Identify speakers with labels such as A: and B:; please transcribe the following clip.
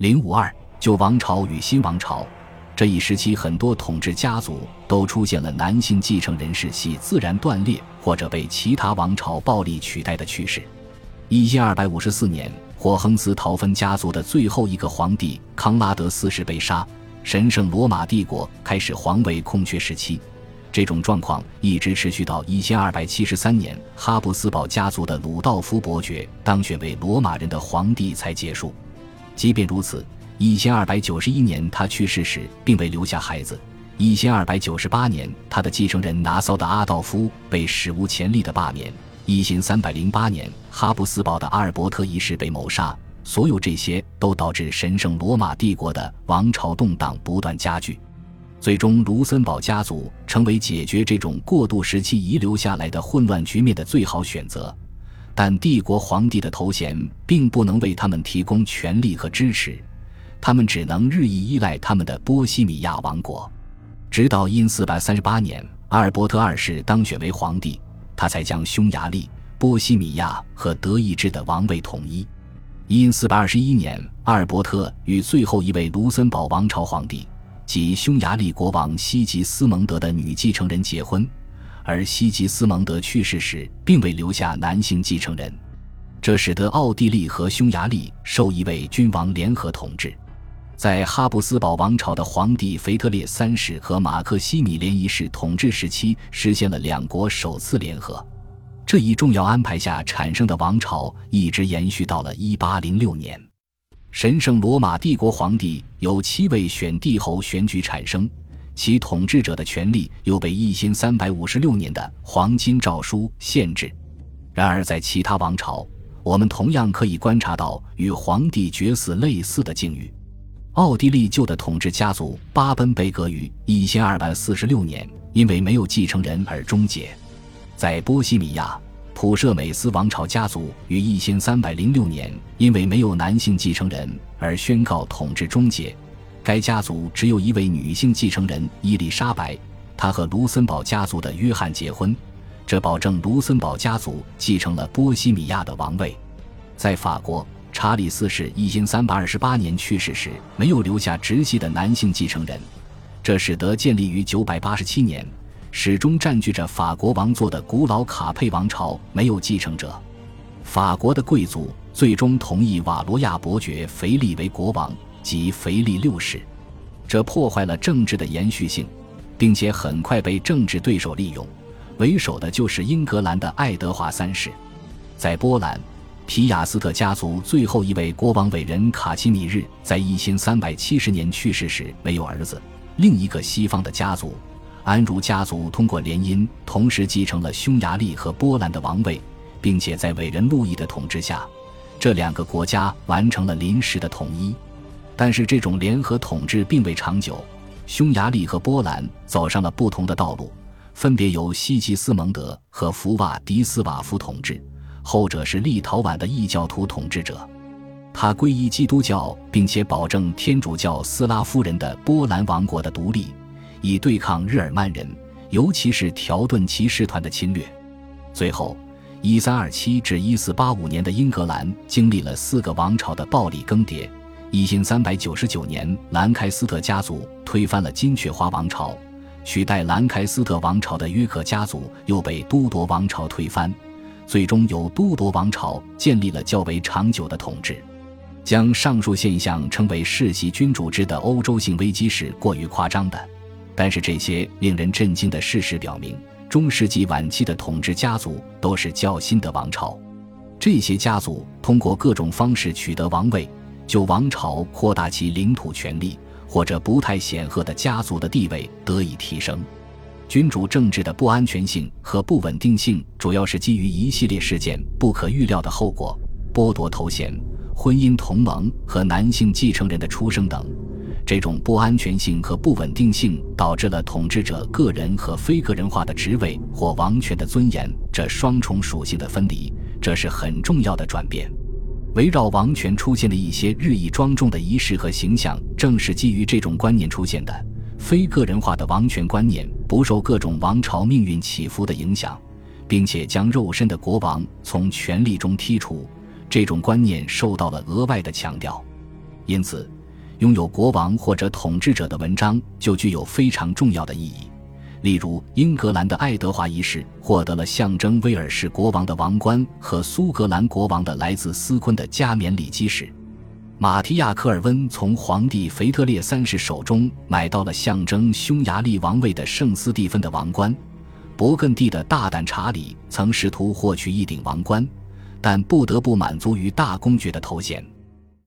A: 052旧王朝与新王朝，这一时期很多统治家族都出现了男性继承人世系自然断裂或者被其他王朝暴力取代的趋势。1254年，霍亨斯陶芬家族的最后一个皇帝康拉德四世被杀，神圣罗马帝国开始皇位空缺时期。这种状况一直持续到1273年，哈布斯堡家族的鲁道夫伯爵当选为罗马人的皇帝才结束。即便如此，1291年他去世时并未留下孩子。1298年，他的继承人拿骚的阿道夫被史无前例的罢免。1308年，哈布斯堡的阿尔伯特一世被谋杀。所有这些都导致神圣罗马帝国的王朝动荡不断加剧。最终，卢森堡家族成为解决这种过渡时期遗留下来的混乱局面的最好选择。但帝国皇帝的头衔并不能为他们提供权力和支持，他们只能日益依赖他们的波西米亚王国。直到因438年阿尔伯特二世当选为皇帝，他才将匈牙利、波西米亚和德意志的王位统一。因421年，阿尔伯特与最后一位卢森堡王朝皇帝，即匈牙利国王西吉斯蒙德的女继承人结婚，而西吉斯蒙德去世时并未留下男性继承人，这使得奥地利和匈牙利受一位君王联合统治。在哈布斯堡王朝的皇帝腓特烈三世和马克西米连一世统治时期，实现了两国首次联合。这一重要安排下产生的王朝一直延续到了1806年。神圣罗马帝国皇帝由7位选帝侯选举产生，其统治者的权力又被1356年的黄金诏书限制。然而在其他王朝，我们同样可以观察到与皇帝决死类似的境遇。奥地利旧的统治家族巴奔贝格于1246年因为没有继承人而终结。在波西米亚，普舍美斯王朝家族于1306年因为没有男性继承人而宣告统治终结。该家族只有一位女性继承人伊丽莎白，她和卢森堡家族的约翰结婚，这保证卢森堡家族继承了波西米亚的王位。在法国，查理四世1328年去世时没有留下直系的男性继承人，这使得建立于987年始终占据着法国王座的古老卡佩王朝没有继承者。法国的贵族最终同意瓦罗亚伯爵腓力为国王，即腓力六世，这破坏了政治的延续性，并且很快被政治对手利用，为首的就是英格兰的爱德华三世。在波兰，皮亚斯特家族最后一位国王伟人卡奇米日在1370年去世时没有儿子。另一个西方的家族安茹家族通过联姻同时继承了匈牙利和波兰的王位，并且在伟人路易的统治下，这两个国家完成了临时的统一。但是这种联合统治并未长久，匈牙利和波兰走上了不同的道路，分别由西吉斯蒙德和福瓦迪斯瓦夫统治，后者是立陶宛的异教徒统治者。他皈依基督教并且保证天主教斯拉夫人的波兰王国的独立，以对抗日耳曼人，尤其是条顿骑士团的侵略。最后1327至1485年的英格兰经历了4个王朝的暴力更迭。1399年，兰开斯特家族推翻了金雀花王朝，取代兰开斯特王朝的约克家族又被都铎王朝推翻，最终由都铎王朝建立了较为长久的统治。将上述现象称为世袭君主制的欧洲性危机是过于夸张的，但是这些令人震惊的事实表明，中世纪晚期的统治家族都是较新的王朝。这些家族通过各种方式取得王位，就王朝扩大其领土权力，或者不太显赫的家族的地位得以提升。君主政治的不安全性和不稳定性主要是基于一系列事件不可预料的后果，剥夺头衔、婚姻同盟和男性继承人的出生等。这种不安全性和不稳定性导致了统治者个人和非个人化的职位或王权的尊严这双重属性的分离，这是很重要的转变。围绕王权出现的一些日益庄重的仪式和形象，正是基于这种观念出现的。非个人化的王权观念不受各种王朝命运起伏的影响，并且将肉身的国王从权力中剔除，这种观念受到了额外的强调。 因此拥有国王或者统治者的文章就具有非常重要的意义。例如，英格兰的爱德华一世获得了象征威尔士国王的王冠和苏格兰国王的来自斯昆的加冕礼基石。马提亚·科尔温从皇帝腓特烈三世手中买到了象征匈牙利王位的圣斯蒂芬的王冠。勃艮第的大胆查理曾试图获取一顶王冠，但不得不满足于大公爵的头衔。